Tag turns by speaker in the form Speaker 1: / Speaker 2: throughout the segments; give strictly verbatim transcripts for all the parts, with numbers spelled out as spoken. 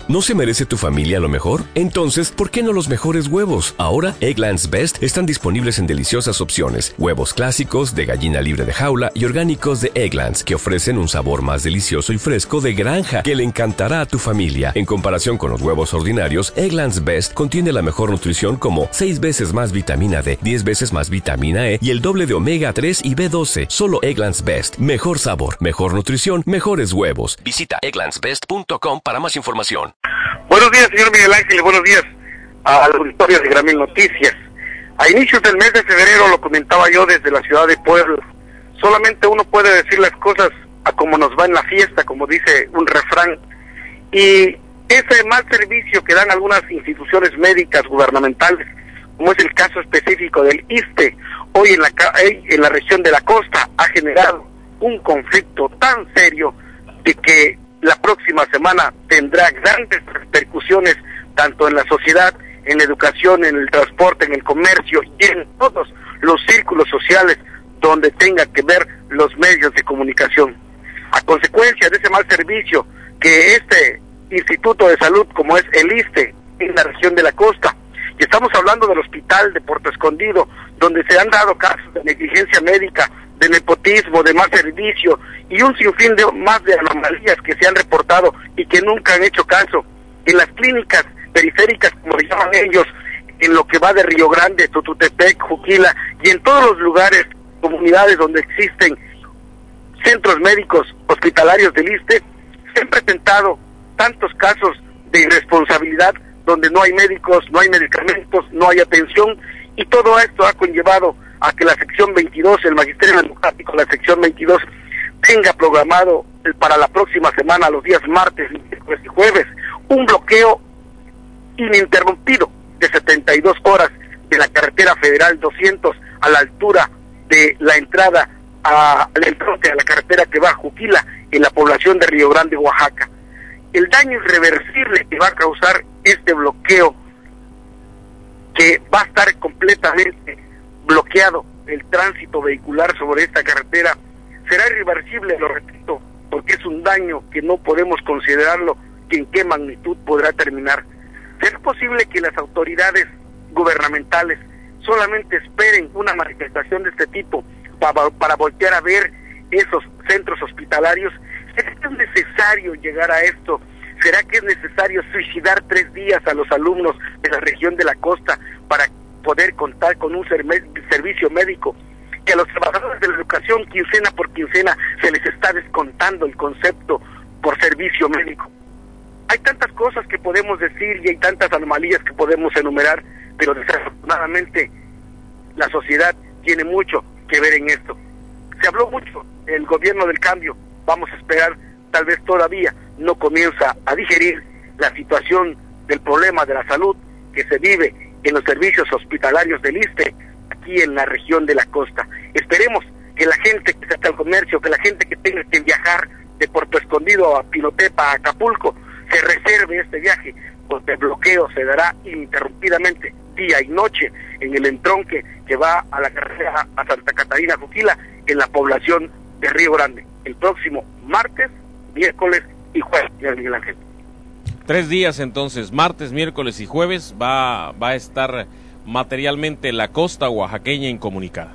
Speaker 1: ¿No se merece tu familia lo mejor? Entonces, ¿por qué no los mejores huevos? Ahora, Eggland's Best están disponibles en deliciosas opciones. Huevos clásicos, de gallina libre de jaula y orgánicos de Eggland's, que ofrecen un sabor más delicioso y fresco de granja que le encantará a tu familia. En comparación con los huevos ordinarios, Eggland's Best contiene la mejor nutrición como seis veces más vitamina D, diez veces más vitamina E y el doble de omega tres y B doce. Solo Eggland's Best. Mejor sabor, mejor nutrición, mejores huevos. Visita egglands best punto com para más información.
Speaker 2: Buenos días, señor Miguel Ángel, buenos días al auditorio de Gramil Noticias. A inicios del mes de febrero, lo comentaba yo desde la ciudad de Puebla, solamente uno puede decir las cosas a como nos va en la fiesta, como dice un refrán, y ese mal servicio que dan algunas instituciones médicas gubernamentales, como es el caso específico del ISSSTE, hoy en la, en la región de la costa, ha generado un conflicto tan serio de que la próxima semana tendrá grandes repercusiones tanto en la sociedad, en la educación, en el transporte, en el comercio y en todos los círculos sociales donde tenga que ver los medios de comunicación. A consecuencia de ese mal servicio que este Instituto de Salud, como es el ISSSTE, en la región de la costa, y estamos hablando del hospital de Puerto Escondido, donde se han dado casos de negligencia médica, de nepotismo, de mal servicio y un sinfín de más de anomalías que se han reportado y que nunca han hecho caso. En las clínicas periféricas, como le llaman ellos, en lo que va de Río Grande, Tututepec, Juquila y en todos los lugares, comunidades donde existen centros médicos hospitalarios del ISSSTE, se han presentado tantos casos de irresponsabilidad donde no hay médicos, no hay medicamentos, no hay atención, y todo esto ha conllevado a que la sección veintidós, el Magisterio Democrático, la sección veintidós, tenga programado para la próxima semana, los días martes, miércoles y jueves, un bloqueo ininterrumpido de setenta y dos horas de la carretera federal doscientos a la altura de la entrada a la entrada a la carretera que va a Juquila, en la población de Río Grande, Oaxaca. El daño irreversible que va a causar este bloqueo, que va a estar completamente bloqueado el tránsito vehicular sobre esta carretera, será irreversible, lo repito, porque es un daño que no podemos considerarlo que en qué magnitud podrá terminar. ¿Será posible que las autoridades gubernamentales solamente esperen una manifestación de este tipo para, para voltear a ver esos centros hospitalarios? ¿Será que es necesario llegar a esto? ¿Será que es necesario suicidar tres días a los alumnos de la región de la costa para poder contar con un servicio médico? Que a los trabajadores de la educación, quincena por quincena, se les está descontando el concepto por servicio médico. Hay tantas cosas que podemos decir y hay tantas anomalías que podemos enumerar, pero desafortunadamente la sociedad tiene mucho que ver en esto. Se habló mucho, el gobierno del cambio, vamos a esperar, tal vez todavía no comienza a digerir la situación del problema de la salud que se vive en los servicios hospitalarios del ISSSTE, aquí en la región de la costa. Esperemos que la gente que saca al comercio, que la gente que tenga que viajar de Puerto Escondido a Pinotepa, a Acapulco, se reserve este viaje, porque el bloqueo se dará ininterrumpidamente día y noche en el entronque que va a la carretera a Santa Catarina, Juquila, en la población de Río Grande, el próximo martes, miércoles y jueves, señor Miguel Ángel.
Speaker 3: Tres días entonces, martes, miércoles y jueves, va, va a estar materialmente la costa oaxaqueña incomunicada.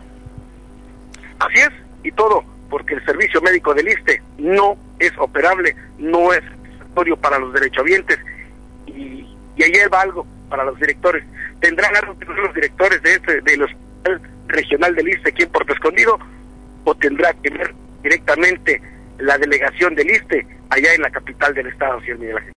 Speaker 2: Así es, y todo porque el servicio médico del ISSSTE no es operable, no es satisfactorio para los derechohabientes, y, y ayer va algo para los directores. ¿Tendrán algo que ver los directores de este, del hospital regional del ISSSTE aquí en Puerto Escondido? ¿O tendrá que ver directamente la delegación del ISSSTE allá en la capital del estado, señor Miguel Ángel?